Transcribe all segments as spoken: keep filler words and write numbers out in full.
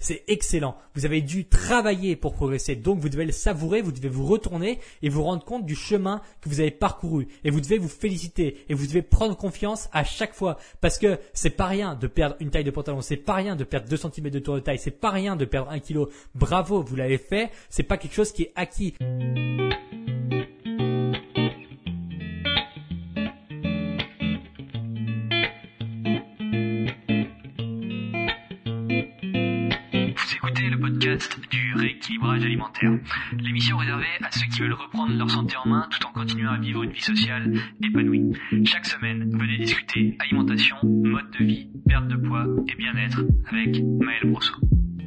c'est excellent. Vous avez dû travailler pour progresser, donc vous devez le savourer, vous devez vous retourner et vous rendre compte du chemin que vous avez parcouru. Et vous devez vous féliciter et vous devez prendre confiance à chaque fois parce que c'est pas rien de perdre une taille de pantalon, c'est pas rien de perdre deux centimètres de tour de taille, c'est pas rien de perdre un kilo. Bravo, vous l'avez fait, c'est pas quelque chose qui est acquis. Du rééquilibrage alimentaire. L'émission réservée à ceux qui veulent reprendre leur santé en main tout en continuant à vivre une vie sociale épanouie. Chaque semaine, venez discuter alimentation, mode de vie, perte de poids et bien-être avec Maël Brosseau.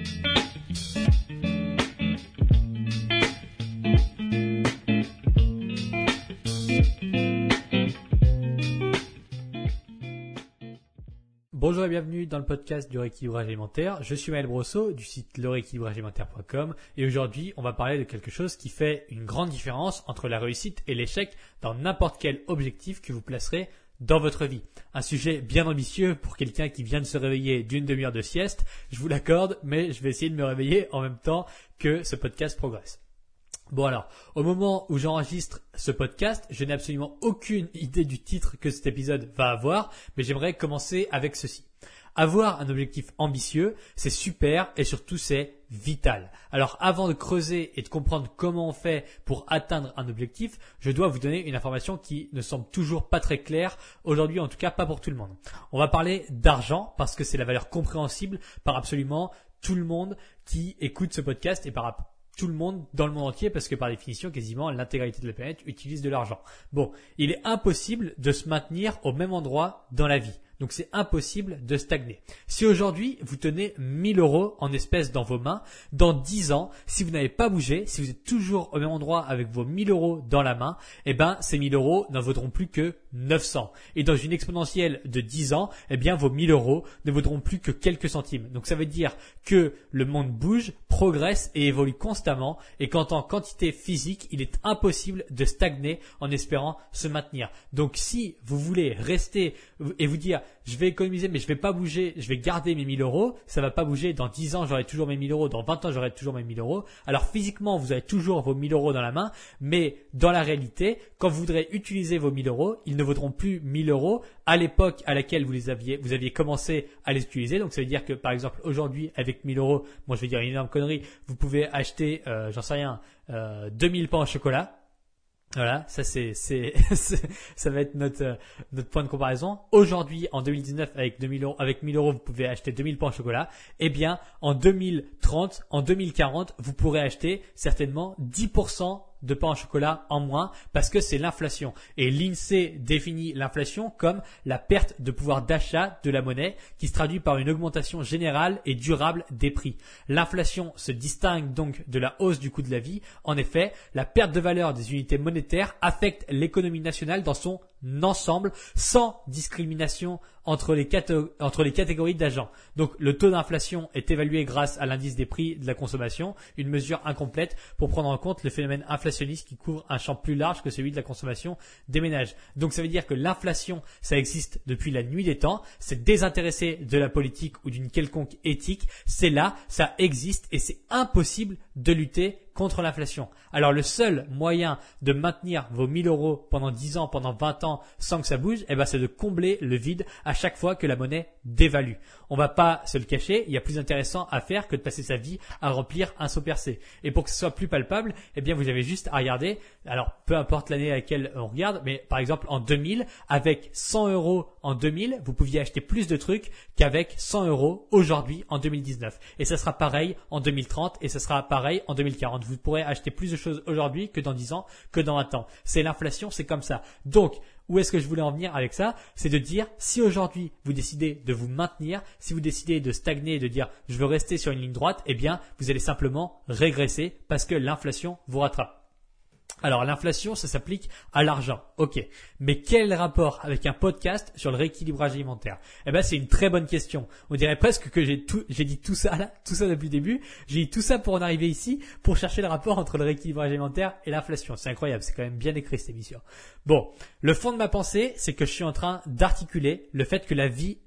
Bonjour et bienvenue dans le podcast du rééquilibrage alimentaire. Je suis Maël Brosseau du site le rééquilibrage alimentaire point com et aujourd'hui on va parler de quelque chose qui fait une grande différence entre la réussite et l'échec dans n'importe quel objectif que vous placerez dans votre vie. Un sujet bien ambitieux pour quelqu'un qui vient de se réveiller d'une demi-heure de sieste, je vous l'accorde, mais je vais essayer de me réveiller en même temps que ce podcast progresse. Bon alors, au moment où j'enregistre ce podcast, je n'ai absolument aucune idée du titre que cet épisode va avoir, mais j'aimerais commencer avec ceci. Avoir un objectif ambitieux, c'est super et surtout c'est vital. Alors avant de creuser et de comprendre comment on fait pour atteindre un objectif, je dois vous donner une information qui ne semble toujours pas très claire aujourd'hui, en tout cas pas pour tout le monde. On va parler d'argent parce que c'est la valeur compréhensible par absolument tout le monde qui écoute ce podcast et par tout le monde dans le monde entier parce que par définition, quasiment l'intégralité de la planète utilise de l'argent. Bon, il est impossible de se maintenir au même endroit dans la vie. Donc c'est impossible de stagner. Si aujourd'hui vous tenez mille euros en espèces dans vos mains, dans dix ans, si vous n'avez pas bougé, si vous êtes toujours au même endroit avec vos mille euros dans la main, eh ben ces mille euros n'en vaudront plus que neuf cents. Et dans une exponentielle de dix ans, eh bien vos mille euros ne vaudront plus que quelques centimes. Donc ça veut dire que le monde bouge, progresse et évolue constamment et qu'en tant que quantité physique, il est impossible de stagner en espérant se maintenir. Donc si vous voulez rester et vous dire je vais économiser mais je vais pas bouger, je vais garder mes mille euros, ça va pas bouger, dans dix ans j'aurai toujours mes mille euros, dans vingt ans j'aurai toujours mes mille euros. Alors physiquement vous avez toujours vos mille euros dans la main, mais dans la réalité, quand vous voudrez utiliser vos mille euros, ils ne vaudront plus mille euros à l'époque à laquelle vous les aviez, vous aviez commencé à les utiliser. Donc ça veut dire que par exemple aujourd'hui avec mille euros, moi je vais dire une énorme connerie, vous pouvez acheter, euh, j'en sais rien, euh, deux mille pains au chocolat. Voilà, ça c'est, c'est, c'est ça va être notre euh, notre point de comparaison. Aujourd'hui, en deux mille dix-neuf, avec deux mille euros, avec mille euros, vous pouvez acheter deux mille pains au chocolat. Eh bien, en deux mille trente, en deux mille quarante, vous pourrez acheter certainement dix pour cent de pain au chocolat en moins parce que c'est l'inflation. Et l'INSEE définit l'inflation comme la perte de pouvoir d'achat de la monnaie qui se traduit par une augmentation générale et durable des prix. L'inflation se distingue donc de la hausse du coût de la vie. En effet, la perte de valeur des unités monétaires affecte l'économie nationale dans son ensemble sans discrimination entre les, cato- entre les catégories d'agents. Donc le taux d'inflation est évalué grâce à l'indice des prix de la consommation, une mesure incomplète pour prendre en compte le phénomène inflationniste qui couvre un champ plus large que celui de la consommation des ménages. Donc ça veut dire que l'inflation, ça existe depuis la nuit des temps, c'est désintéressé de la politique ou d'une quelconque éthique, c'est là, ça existe et c'est impossible de lutter contre l'inflation. Alors le seul moyen de maintenir vos mille euros pendant dix ans, pendant vingt ans sans que ça bouge, eh ben, c'est de combler le vide à chaque fois que la monnaie dévalue. On va pas se le cacher, il y a plus intéressant à faire que de passer sa vie à remplir un seau percé. Et pour que ce soit plus palpable, eh bien vous avez juste à regarder, alors peu importe l'année à laquelle on regarde, mais par exemple en deux mille, avec cent euros en deux mille, vous pouviez acheter plus de trucs qu'avec cent euros aujourd'hui en deux mille dix-neuf. Et ça sera pareil en deux mille trente et ça sera pareil en deux mille quarante. Vous pourrez acheter plus de choses aujourd'hui que dans dix ans, que dans vingt ans. C'est l'inflation, c'est comme ça. Donc, où est-ce que je voulais en venir avec ça? C'est de dire, si aujourd'hui vous décidez de vous maintenir, si vous décidez de stagner et de dire je veux rester sur une ligne droite, eh bien vous allez simplement régresser parce que l'inflation vous rattrape. Alors l'inflation, ça s'applique à l'argent, ok. Mais quel rapport avec un podcast sur le rééquilibrage alimentaire? Eh ben c'est une très bonne question. On dirait presque que j'ai tout, j'ai dit tout ça là, tout ça depuis le début. J'ai dit tout ça pour en arriver ici, pour chercher le rapport entre le rééquilibrage alimentaire et l'inflation. C'est incroyable, c'est quand même bien écrit cette émission. Bon, le fond de ma pensée, c'est que je suis en train d'articuler le fait que la vie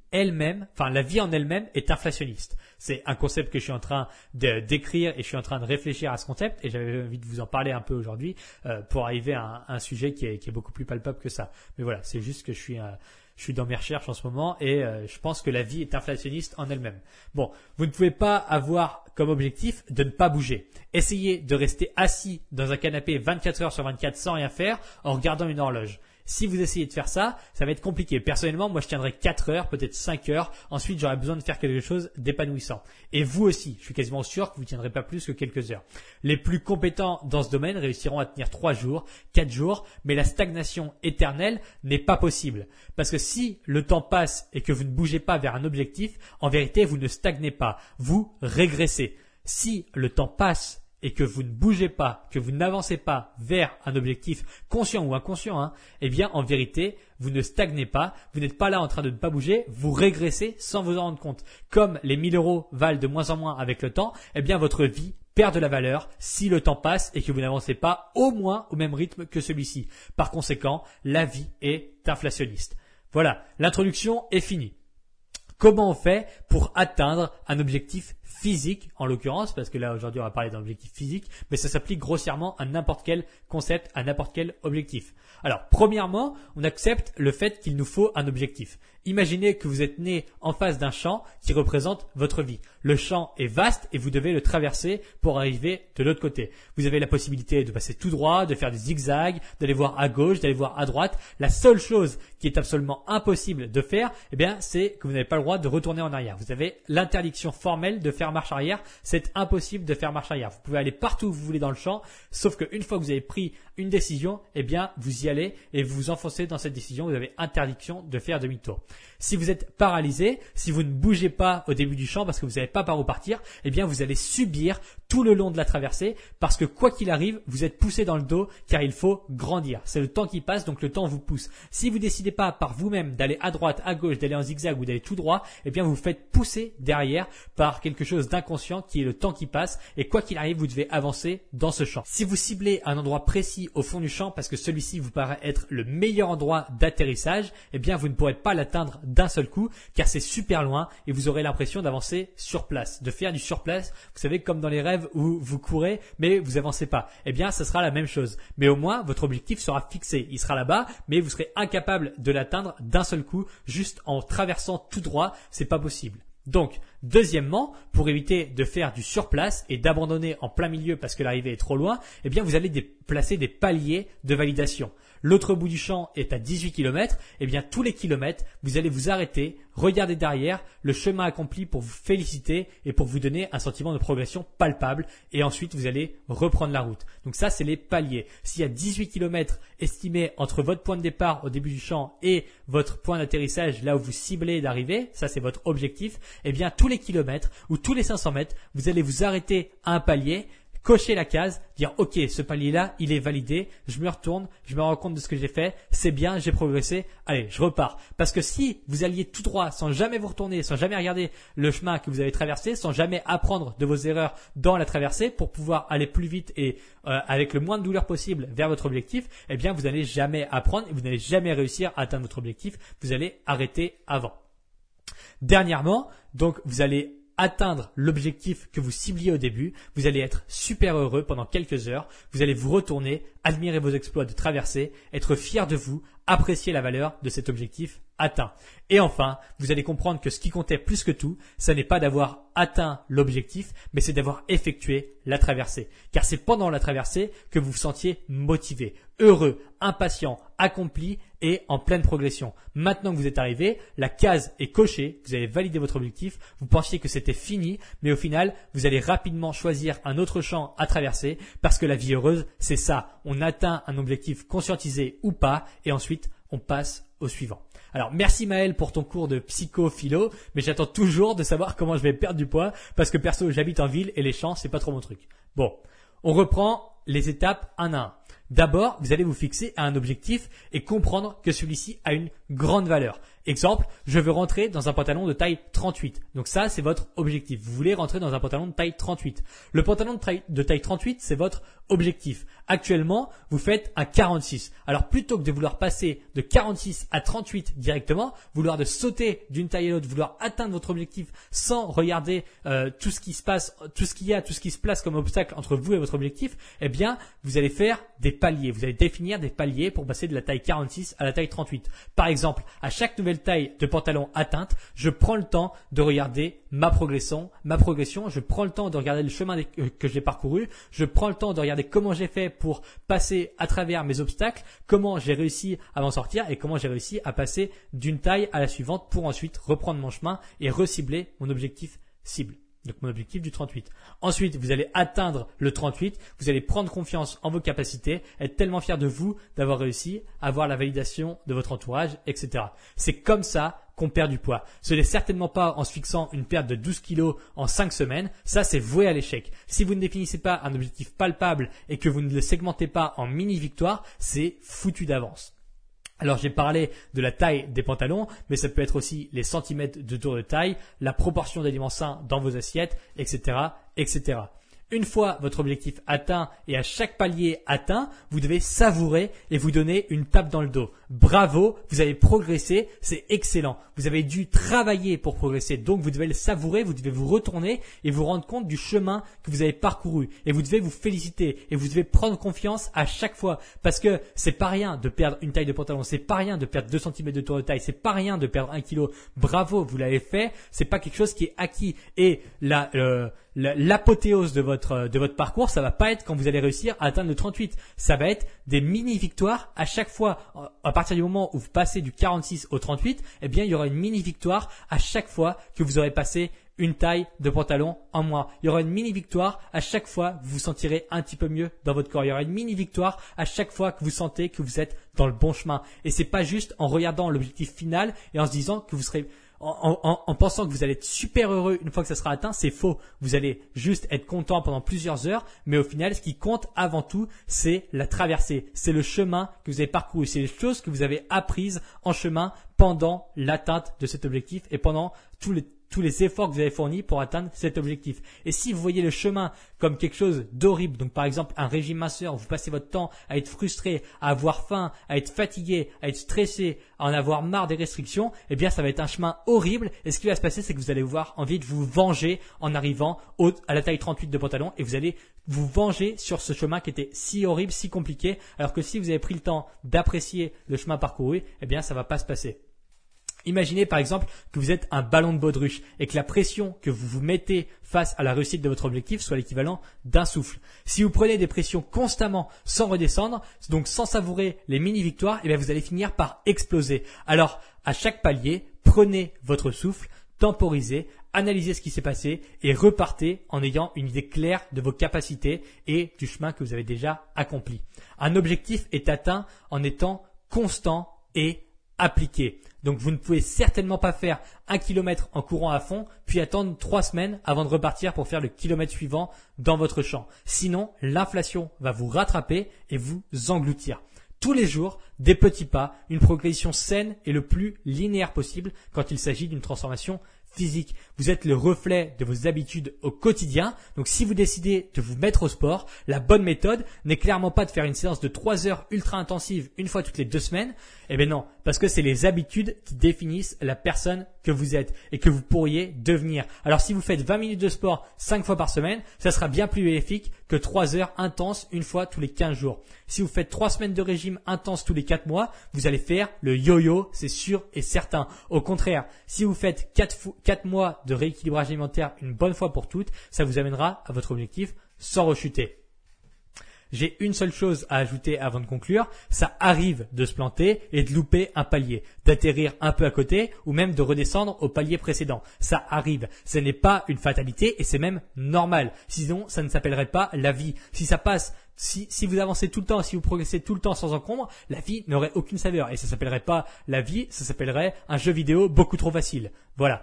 elle-même, enfin la vie en elle-même est inflationniste. C'est un concept que je suis en train de d'écrire et je suis en train de réfléchir à ce concept et j'avais envie de vous en parler un peu aujourd'hui euh, pour arriver à un, un sujet qui est, qui est beaucoup plus palpable que ça. Mais voilà, c'est juste que je suis euh, je suis dans mes recherches en ce moment et euh, je pense que la vie est inflationniste en elle-même. Bon, vous ne pouvez pas avoir comme objectif de ne pas bouger. Essayez de rester assis dans un canapé vingt-quatre heures sur vingt-quatre sans rien faire en regardant une horloge. Si vous essayez de faire ça, ça va être compliqué. Personnellement, moi, je tiendrai quatre heures, peut-être cinq heures. Ensuite, j'aurai besoin de faire quelque chose d'épanouissant. Et vous aussi, je suis quasiment sûr que vous ne tiendrez pas plus que quelques heures. Les plus compétents dans ce domaine réussiront à tenir trois jours, quatre jours, mais la stagnation éternelle n'est pas possible. Parce que si le temps passe et que vous ne bougez pas vers un objectif, en vérité, vous ne stagnez pas. Vous régressez. Si le temps passe et que vous ne bougez pas, que vous n'avancez pas vers un objectif conscient ou inconscient, hein, eh bien, en vérité, vous ne stagnez pas, vous n'êtes pas là en train de ne pas bouger, vous régressez sans vous en rendre compte. Comme les mille euros valent de moins en moins avec le temps, eh bien, votre vie perd de la valeur si le temps passe et que vous n'avancez pas au moins au même rythme que celui-ci. Par conséquent, la vie est inflationniste. Voilà, l'introduction est finie. Comment on fait pour atteindre un objectif physique, en l'occurrence, parce que là aujourd'hui on va parler d'un objectif physique, mais ça s'applique grossièrement à n'importe quel concept, à n'importe quel objectif. Alors, premièrement, on accepte le fait qu'il nous faut un objectif. Imaginez que vous êtes né en face d'un champ qui représente votre vie. Le champ est vaste et vous devez le traverser pour arriver de l'autre côté. Vous avez la possibilité de passer tout droit, de faire des zigzags, d'aller voir à gauche, d'aller voir à droite. La seule chose qui est absolument impossible de faire, eh bien, c'est que vous n'avez pas le droit de retourner en arrière. Vous avez l'interdiction formelle de faire marche arrière. C'est impossible de faire marche arrière. Vous pouvez aller partout où vous voulez dans le champ, sauf qu'une fois que vous avez pris une décision, eh bien, vous y allez et vous vous enfoncez dans cette décision. Vous avez interdiction de faire demi-tour. Si vous êtes paralysé, si vous ne bougez pas au début du champ parce que vous savez pas par où partir, eh bien, vous allez subir tout le long de la traversée parce que quoi qu'il arrive, vous êtes poussé dans le dos car il faut grandir. C'est le temps qui passe, donc le temps vous pousse. Si vous décidez pas par vous-même d'aller à droite, à gauche, d'aller en zigzag ou d'aller tout droit, eh bien, vous vous faites pousser derrière par quelque chose d'inconscient qui est le temps qui passe et quoi qu'il arrive, vous devez avancer dans ce champ. Si vous ciblez un endroit précis au fond du champ parce que celui-ci vous paraît être le meilleur endroit d'atterrissage, eh bien, vous ne pourrez pas l'atteindre d'un seul coup car c'est super loin et vous aurez l'impression d'avancer sur place, de faire du surplace. Vous savez, comme dans les rêves où vous courez mais vous avancez pas. Eh bien, ça sera la même chose. Mais au moins, votre objectif sera fixé. Il sera là-bas, mais vous serez incapable de l'atteindre d'un seul coup juste en traversant tout droit. C'est pas possible. Donc, deuxièmement, pour éviter de faire du surplace et d'abandonner en plein milieu parce que l'arrivée est trop loin, eh bien, vous allez dé- placer des paliers de validation. L'autre bout du champ est à dix-huit kilomètres, eh bien, tous les kilomètres, vous allez vous arrêter, regarder derrière le chemin accompli pour vous féliciter et pour vous donner un sentiment de progression palpable et ensuite vous allez reprendre la route. Donc ça, c'est les paliers. S'il y a dix-huit kilomètres estimés entre votre point de départ au début du champ et votre point d'atterrissage, là où vous ciblez d'arriver, ça c'est votre objectif, eh bien, tous les kilomètres ou tous les cinq cents mètres, vous allez vous arrêter à un palier, cocher la case, dire ok, ce palier-là, il est validé, je me retourne, je me rends compte de ce que j'ai fait, c'est bien, j'ai progressé, allez, je repars. Parce que si vous alliez tout droit, sans jamais vous retourner, sans jamais regarder le chemin que vous avez traversé, sans jamais apprendre de vos erreurs dans la traversée pour pouvoir aller plus vite et euh, avec le moins de douleur possible vers votre objectif, eh bien, vous n'allez jamais apprendre et vous n'allez jamais réussir à atteindre votre objectif, vous allez arrêter avant. Dernièrement, donc, vous allez atteindre l'objectif que vous cibliez au début, vous allez être super heureux pendant quelques heures, vous allez vous retourner, admirer vos exploits de traversée, être fier de vous, apprécier la valeur de cet objectif atteint. Et enfin, vous allez comprendre que ce qui comptait plus que tout, ça n'est pas d'avoir atteint l'objectif, mais c'est d'avoir effectué la traversée. Car c'est pendant la traversée que vous vous sentiez motivé, heureux, impatient, accompli et en pleine progression. Maintenant que vous êtes arrivé, la case est cochée, vous avez validé votre objectif, vous pensiez que c'était fini, mais au final, vous allez rapidement choisir un autre champ à traverser parce que la vie heureuse, c'est ça. On atteint un objectif conscientisé ou pas et ensuite, on passe au suivant. Alors, merci Maël pour ton cours de psycho-philo, mais j'attends toujours de savoir comment je vais perdre du poids parce que perso, j'habite en ville et les champs, c'est pas trop mon truc. Bon, on reprend les étapes un à un. D'abord, vous allez vous fixer à un objectif et comprendre que celui-ci a une grande valeur. Exemple, je veux rentrer dans un pantalon de taille trente-huit. Donc ça, c'est votre objectif. Vous voulez rentrer dans un pantalon de taille trente-huit. Le pantalon de taille, de taille trente-huit, c'est votre objectif. Actuellement, vous faites un quarante-six. Alors plutôt que de vouloir passer de quarante-six à trente-huit directement, vouloir de sauter d'une taille à l'autre, vouloir atteindre votre objectif sans regarder euh, tout ce qui se passe, tout ce qu'il y a, tout ce qui se place comme obstacle entre vous et votre objectif, eh bien, vous allez faire des paliers. Vous allez définir des paliers pour passer de la taille quarante-six à la taille trente-huit. Par exemple, à chaque nouvelle taille de pantalon atteinte, je prends le temps de regarder ma progression, ma progression, je prends le temps de regarder le chemin des, euh, que j'ai parcouru, je prends le temps de regarder comment j'ai fait pour passer à travers mes obstacles, comment j'ai réussi à m'en sortir et comment j'ai réussi à passer d'une taille à la suivante pour ensuite reprendre mon chemin et recibler mon objectif cible. Donc mon objectif du trente-huit. Ensuite, vous allez atteindre le trente-huit, vous allez prendre confiance en vos capacités, être tellement fier de vous d'avoir réussi, avoir la validation de votre entourage, et cetera. C'est comme ça qu'on perd du poids. Ce n'est certainement pas en se fixant une perte de douze kilos en cinq semaines. Ça, c'est voué à l'échec. Si vous ne définissez pas un objectif palpable et que vous ne le segmentez pas en mini-victoires, c'est foutu d'avance. Alors j'ai parlé de la taille des pantalons, mais ça peut être aussi les centimètres de tour de taille, la proportion d'aliments sains dans vos assiettes, et cetera, et cetera. Une fois votre objectif atteint et à chaque palier atteint, vous devez savourer et vous donner une tape dans le dos. Bravo, vous avez progressé, c'est excellent. Vous avez dû travailler pour progresser, donc vous devez le savourer, vous devez vous retourner et vous rendre compte du chemin que vous avez parcouru. Et vous devez vous féliciter et vous devez prendre confiance à chaque fois parce que c'est pas rien de perdre une taille de pantalon, c'est pas rien de perdre deux centimètres de tour de taille, c'est pas rien de perdre un kilo. Bravo, vous l'avez fait, c'est pas quelque chose qui est acquis. Et la, euh, l'apothéose de votre de votre parcours, ça va pas être quand vous allez réussir à atteindre le trente-huit. Ça va être des mini victoires à chaque fois. À partir du moment où vous passez du quarante-six au trente-huit, eh bien il y aura une mini victoire à chaque fois que vous aurez passé une taille de pantalon en moins. Il y aura une mini victoire à chaque fois que vous vous sentirez un petit peu mieux dans votre corps. Il y aura une mini victoire à chaque fois que vous sentez que vous êtes dans le bon chemin. Et c'est pas juste en regardant l'objectif final et en se disant que vous serez En, en, en pensant que vous allez être super heureux une fois que ça sera atteint, c'est faux. Vous allez juste être content pendant plusieurs heures, mais au final, ce qui compte avant tout, c'est la traversée. C'est le chemin que vous avez parcouru. C'est les choses que vous avez apprises en chemin pendant l'atteinte de cet objectif et pendant tous les tous les efforts que vous avez fournis pour atteindre cet objectif. Et si vous voyez le chemin comme quelque chose d'horrible, donc par exemple un régime minceur, vous passez votre temps à être frustré, à avoir faim, à être fatigué, à être stressé, à en avoir marre des restrictions, eh bien ça va être un chemin horrible. Et ce qui va se passer, c'est que vous allez avoir envie de vous venger en arrivant au, à la taille trente-huit de pantalon et vous allez vous venger sur ce chemin qui était si horrible, si compliqué, alors que si vous avez pris le temps d'apprécier le chemin parcouru, eh bien ça va pas se passer. Imaginez par exemple que vous êtes un ballon de baudruche et que la pression que vous vous mettez face à la réussite de votre objectif soit l'équivalent d'un souffle. Si vous prenez des pressions constamment sans redescendre, donc sans savourer les mini-victoires, eh bien vous allez finir par exploser. Alors, à chaque palier, prenez votre souffle, temporisez, analysez ce qui s'est passé et repartez en ayant une idée claire de vos capacités et du chemin que vous avez déjà accompli. Un objectif est atteint en étant constant et appliqué. Donc vous ne pouvez certainement pas faire un kilomètre en courant à fond, puis attendre trois semaines avant de repartir pour faire le kilomètre suivant dans votre champ. Sinon, l'inflation va vous rattraper et vous engloutir. Tous les jours, des petits pas, une progression saine et le plus linéaire possible quand il s'agit d'une transformation physique. Vous êtes le reflet de vos habitudes au quotidien. Donc si vous décidez de vous mettre au sport, la bonne méthode n'est clairement pas de faire une séance de trois heures ultra intensive une fois toutes les deux semaines. Eh bien non, parce que c'est les habitudes qui définissent la personne que vous êtes et que vous pourriez devenir. Alors si vous faites vingt minutes de sport cinq fois par semaine, ça sera bien plus bénéfique que trois heures intenses une fois tous les quinze jours. Si vous faites trois semaines de régime intense tous les quatre mois, vous allez faire le yo-yo, c'est sûr et certain. Au contraire, si vous faites quatre mois de rééquilibrage alimentaire une bonne fois pour toutes, ça vous amènera à votre objectif sans rechuter. J'ai une seule chose à ajouter avant de conclure, ça arrive de se planter et de louper un palier, d'atterrir un peu à côté ou même de redescendre au palier précédent. Ça arrive, ce n'est pas une fatalité et c'est même normal. Sinon, ça ne s'appellerait pas la vie. Si ça passe, si, si vous avancez tout le temps, si vous progressez tout le temps sans encombre, la vie n'aurait aucune saveur et ça s'appellerait pas la vie, ça s'appellerait un jeu vidéo beaucoup trop facile. Voilà.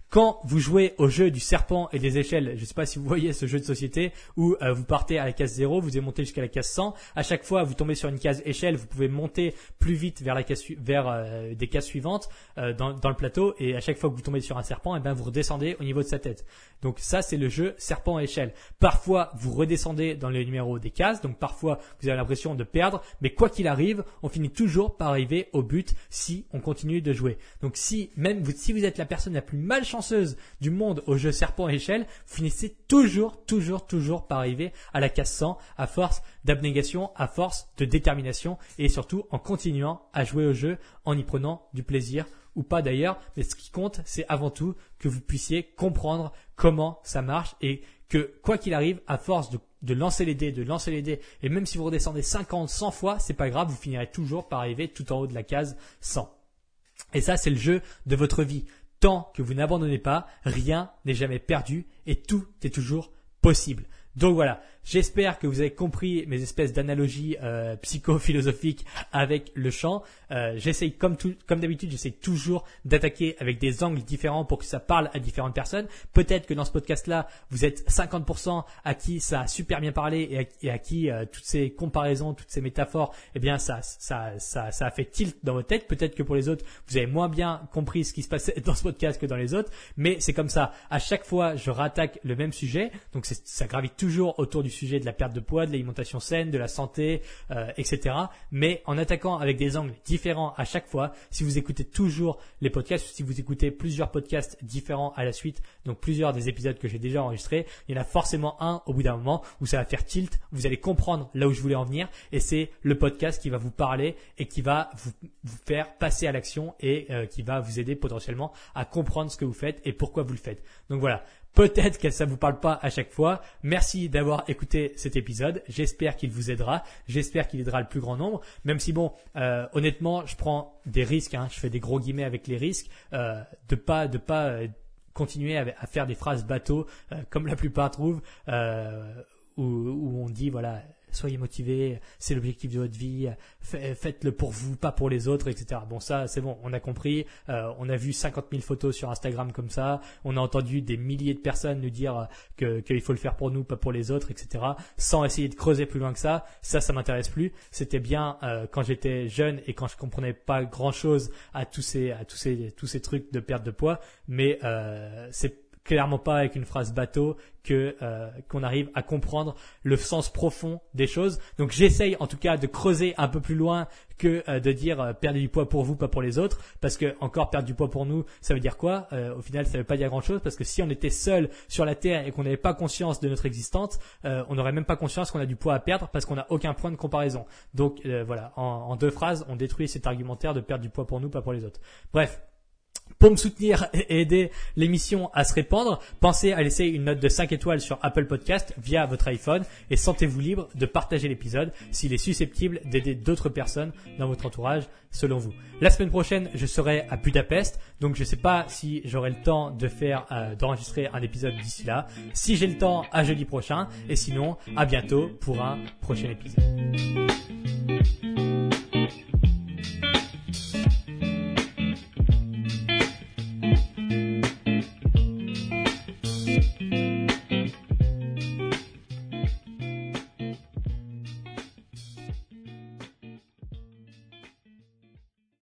Quand vous jouez au jeu du serpent et des échelles, je ne sais pas si vous voyez ce jeu de société où euh, vous partez à la case zéro, vous allez monter jusqu'à la case cent. À chaque fois, vous tombez sur une case échelle, vous pouvez monter plus vite vers, la case, vers euh, des cases suivantes euh, dans, dans le plateau. Et à chaque fois que vous tombez sur un serpent, eh ben, vous redescendez au niveau de sa tête. Donc ça, c'est le jeu serpent et échelle. Parfois, vous redescendez dans les numéros des cases. Donc parfois, vous avez l'impression de perdre. Mais quoi qu'il arrive, on finit toujours par arriver au but si on continue de jouer. Donc si même vous, si vous êtes la personne la plus malchanceuse du monde au jeu serpent et échelle, vous finissez toujours, toujours, toujours par arriver à la case cent à force d'abnégation, à force de détermination et surtout en continuant à jouer au jeu, en y prenant du plaisir ou pas d'ailleurs. Mais ce qui compte, c'est avant tout que vous puissiez comprendre comment ça marche et que quoi qu'il arrive, à force de, de lancer les dés, de lancer les dés, et même si vous redescendez cinquante, cent fois, c'est pas grave, vous finirez toujours par arriver tout en haut de la case cent. Et ça, c'est le jeu de votre vie. Tant que vous n'abandonnez pas, rien n'est jamais perdu et tout est toujours possible. Donc voilà, j'espère que vous avez compris mes espèces d'analogies euh, psycho-philosophiques avec le chant. Euh, j'essaye comme, tout, comme d'habitude, j'essaye toujours d'attaquer avec des angles différents pour que ça parle à différentes personnes. Peut-être que dans ce podcast-là, vous êtes cinquante pour cent à qui ça a super bien parlé et à, et à qui euh, toutes ces comparaisons, toutes ces métaphores, eh bien ça, ça, ça, ça a fait tilt dans votre tête. Peut-être que pour les autres, vous avez moins bien compris ce qui se passait dans ce podcast que dans les autres. Mais c'est comme ça. À chaque fois, je rattaque le même sujet. Donc c'est, ça gravite toujours autour du sujet de la perte de poids, de l'alimentation saine, de la santé, euh, et cetera. Mais en attaquant avec des angles différents à chaque fois, si vous écoutez toujours les podcasts, si vous écoutez plusieurs podcasts différents à la suite, donc plusieurs des épisodes que j'ai déjà enregistrés, il y en a forcément un au bout d'un moment où ça va faire tilt, vous allez comprendre là où je voulais en venir et c'est le podcast qui va vous parler et qui va vous, vous faire passer à l'action et euh, qui va vous aider potentiellement à comprendre ce que vous faites et pourquoi vous le faites. Donc voilà. Peut-être que ça vous parle pas à chaque fois. Merci d'avoir écouté cet épisode. J'espère qu'il vous aidera. J'espère qu'il aidera le plus grand nombre. Même si bon, euh, honnêtement, je prends des risques. Hein, je fais des gros guillemets avec les risques euh, de pas de pas euh, continuer à, à faire des phrases bateau euh, comme la plupart trouvent euh, où, où on dit voilà. Soyez motivés, c'est l'objectif de votre vie, faites-le pour vous, pas pour les autres, et cetera. Bon, ça, c'est bon, on a compris. Euh, on a vu cinquante mille photos sur Instagram comme ça. On a entendu des milliers de personnes nous dire que qu'il faut le faire pour nous, pas pour les autres, et cetera. Sans essayer de creuser plus loin que ça. Ça, ça m'intéresse plus. C'était bien euh, quand j'étais jeune et quand je comprenais pas grand-chose à tous ces, à tous ces, tous ces trucs de perte de poids. Mais euh, c'est clairement pas avec une phrase bateau que euh, qu'on arrive à comprendre le sens profond des choses. Donc j'essaye en tout cas de creuser un peu plus loin que euh, de dire euh, perdre du poids pour vous, pas pour les autres, parce que encore perdre du poids pour nous, ça veut dire quoi euh, Au final, ça veut pas dire grand-chose, parce que si on était seul sur la terre et qu'on n'avait pas conscience de notre existence, euh, on n'aurait même pas conscience qu'on a du poids à perdre parce qu'on n'a aucun point de comparaison. Donc euh, voilà, en, en deux phrases, on détruit cet argumentaire de perdre du poids pour nous, pas pour les autres. Bref. Pour me soutenir et aider l'émission à se répandre, pensez à laisser une note de cinq étoiles sur Apple Podcast via votre iPhone et sentez-vous libre de partager l'épisode s'il est susceptible d'aider d'autres personnes dans votre entourage selon vous. La semaine prochaine, je serai à Budapest, donc je ne sais pas si j'aurai le temps de faire euh, d'enregistrer un épisode d'ici là. Si j'ai le temps, à jeudi prochain et sinon, à bientôt pour un prochain épisode.